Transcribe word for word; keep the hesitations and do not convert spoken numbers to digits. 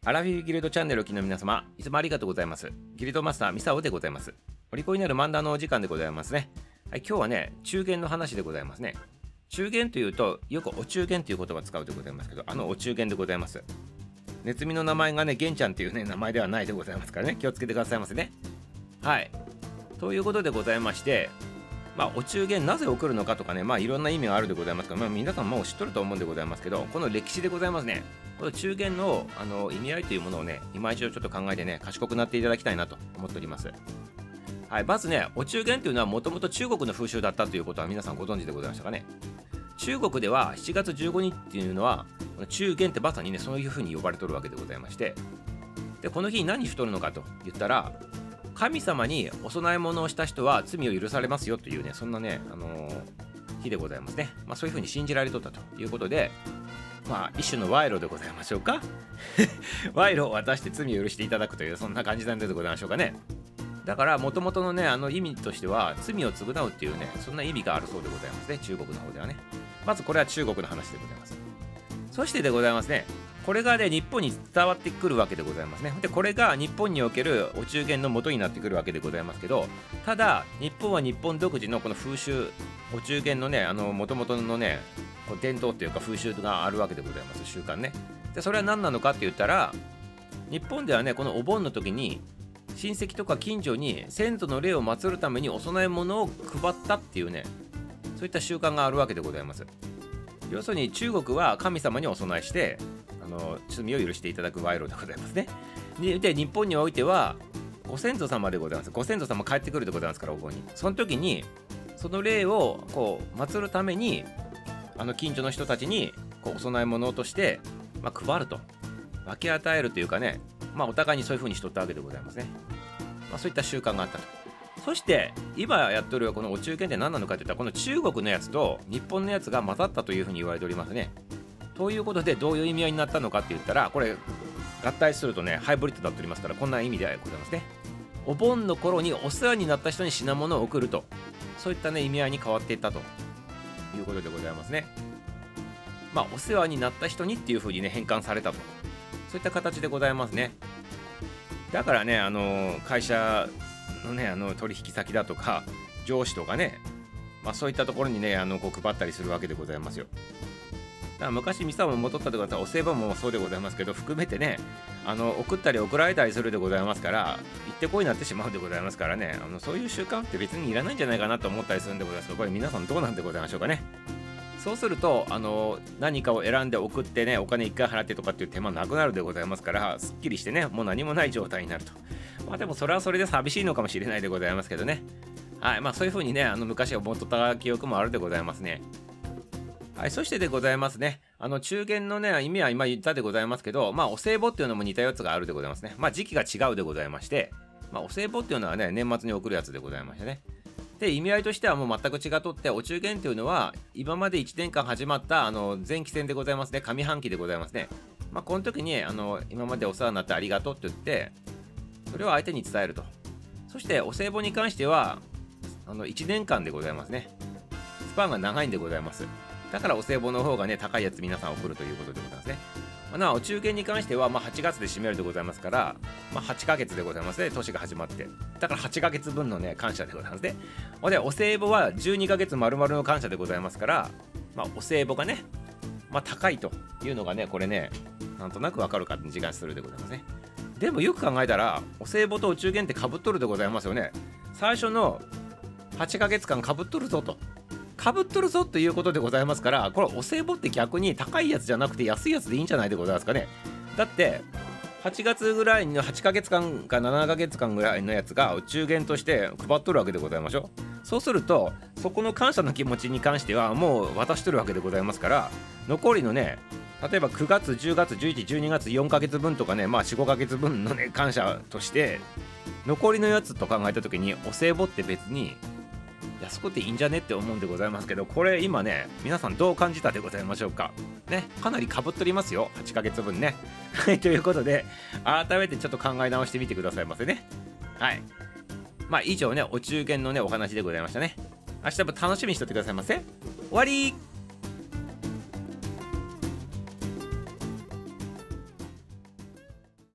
アラフィフギルドチャンネルをお聞きの皆様、いつもありがとうございます。ギルドマスターミサオでございます。お利口になる漫談のお時間でございますね。はい、今日はね、中元の話でございますね。中元というと、よくお中元という言葉を使うでございますけど、あのお中元でございます。ネズミの名前がね、ゲンちゃんというね、名前ではないでございますからね、気をつけてくださいませね。はい。ということでございまして、まあ、お中元なぜ送るのかとかね、まあいろんな意味があるでございますから、まあ、皆さんもう知っとると思うんでございますけど、この歴史でございますね。この中元の、あの意味合いというものをね、今一度ちょっと考えてね、賢くなっていただきたいなと思っております。はい、まずね、お中元というのはもともと中国の風習だったということは皆さんご存知でございましたかね。中国ではしちがつじゅうごにちっていうのは、中元ってまさにね、そういうふうに呼ばれとるわけでございまして、で、この日に何しとるのかと言ったら、神様にお供え物をした人は罪を許されますよというね、そんなね、あのー、日でございますね。まあそういうふうに信じられとったということで、まあ一種の賄賂でございましょうか賄賂を渡して罪を許していただくという、そんな感じなんでございましょうかね。だから元々のね、あの意味としては、罪を償うっていうね、そんな意味があるそうでございますね、中国の方ではね。まずこれは中国の話でございます。そしてでございますね、これがね、日本に伝わってくるわけでございますね。で、これが日本におけるお中元の元になってくるわけでございますけど、ただ、日本は日本独自のこの風習、お中元のね、あの、元々のね、伝統というか風習があるわけでございます、習慣ね。で、それは何なのかって言ったら、日本ではね、このお盆の時に、親戚とか近所に先祖の霊を祀るためにお供え物を配ったっていうね、そういった習慣があるわけでございます。要するに中国は神様にお供えしてあの罪を許していただく賄賂でございますね。で、日本においてはご先祖様でございます。ご先祖様帰ってくるでございますから、お盆に。その時にその霊をこう祀るためにあの近所の人たちにこうお供え物として、まあ、配ると、分け与えるというかね、まあお互いにそういう風にしとったわけでございますね。まあ、そういった習慣があったと。そして今やってるこのお中元って何なのかといったら、この中国のやつと日本のやつが混ざったというふうに言われておりますね。ということで、どういう意味合いになったのかって言ったら、これ合体するとね、ハイブリッドになっておりますから、こんな意味でございますね。お盆の頃にお世話になった人に品物を送ると、そういったね意味合いに変わっていったということでございますね。まあお世話になった人にっていうふうにね変換されたと、そういった形でございますね。だからね、あの会社のね、あの取引先だとか上司とかね、まあ、そういったところにね、あのこう配ったりするわけでございますよ。だから昔ミサも戻ったとかさ、お歳暮もそうでございますけど、含めてね、あの送ったり送られたりするでございますから、行ってこいになってしまうでございますからね、あのそういう習慣って別にいらないんじゃないかなと思ったりするんでございますけど、これ皆さんどうなんでございましょうかね。そうするとあの何かを選んで送ってね、お金いっかい払ってとかっていう手間なくなるでございますから、すっきりしてね、もう何もない状態になると。まあでもそれはそれで寂しいのかもしれないでございますけどね。はい、まあそういう風にね、あの昔思っとった記憶もあるでございますね。はい、そしてでございますね、あの中元のね意味は今言ったでございますけど、まあお歳暮っていうのも似たやつがあるでございますね。まあ時期が違うでございまして、まあお歳暮っていうのはね、年末に送るやつでございましてね。で、意味合いとしてはもう全く違っとって、お中元というのは今までいちねんかん始まったあの前期戦でございますね、上半期でございますね。まあこの時にあの今までお世話になってありがとうって言って、それを相手に伝えると。そしてお歳暮に関してはあのいちねんかんでございますね。スパンが長いんでございます。だからお歳暮の方がね高いやつ皆さん送るということでございますね。まあ、なお中元に関しては、まあ、はちがつで締めるでございますから、まあ、はちかげつでございますね、年が始まって。だからはちかげつぶんのね感謝でございますね。で、お歳暮はじゅうにかげつ丸々の感謝でございますから、まあ、お歳暮がね、まあ、高いというのがね、これね、なんとなくわかる感じがするでございますね。でもよく考えたら、お歳暮とお中元ってかぶっとるでございますよね。最初のはちかげつかんかぶっとるぞと。かぶっとるぞということでございますから、これお歳暮って逆に高いやつじゃなくて安いやつでいいんじゃないでございますかね。だってはちがつぐらいのはちかげつかんかななかげつかんぐらいのやつがお中元として配っとるわけでございましょう。そうするとそこの感謝の気持ちに関してはもう渡しとるわけでございますから、残りのね、例えばくがつじゅうがつじゅういちじゅうにがつよんかげつぶんとかね、まあ よんごかげつぶんのね感謝として残りのやつと考えた時に、お歳暮って別に安くていいんじゃねって思うんでございますけど、これ今ね皆さんどう感じたでございましょうかね。かなりかぶっとりますよ、はちかげつぶんねはいということで、改めてちょっと考え直してみてくださいませね。はい、まあ以上ね、お中元のねお話でございましたね。明日も楽しみにしておいてくださいませ。終わり。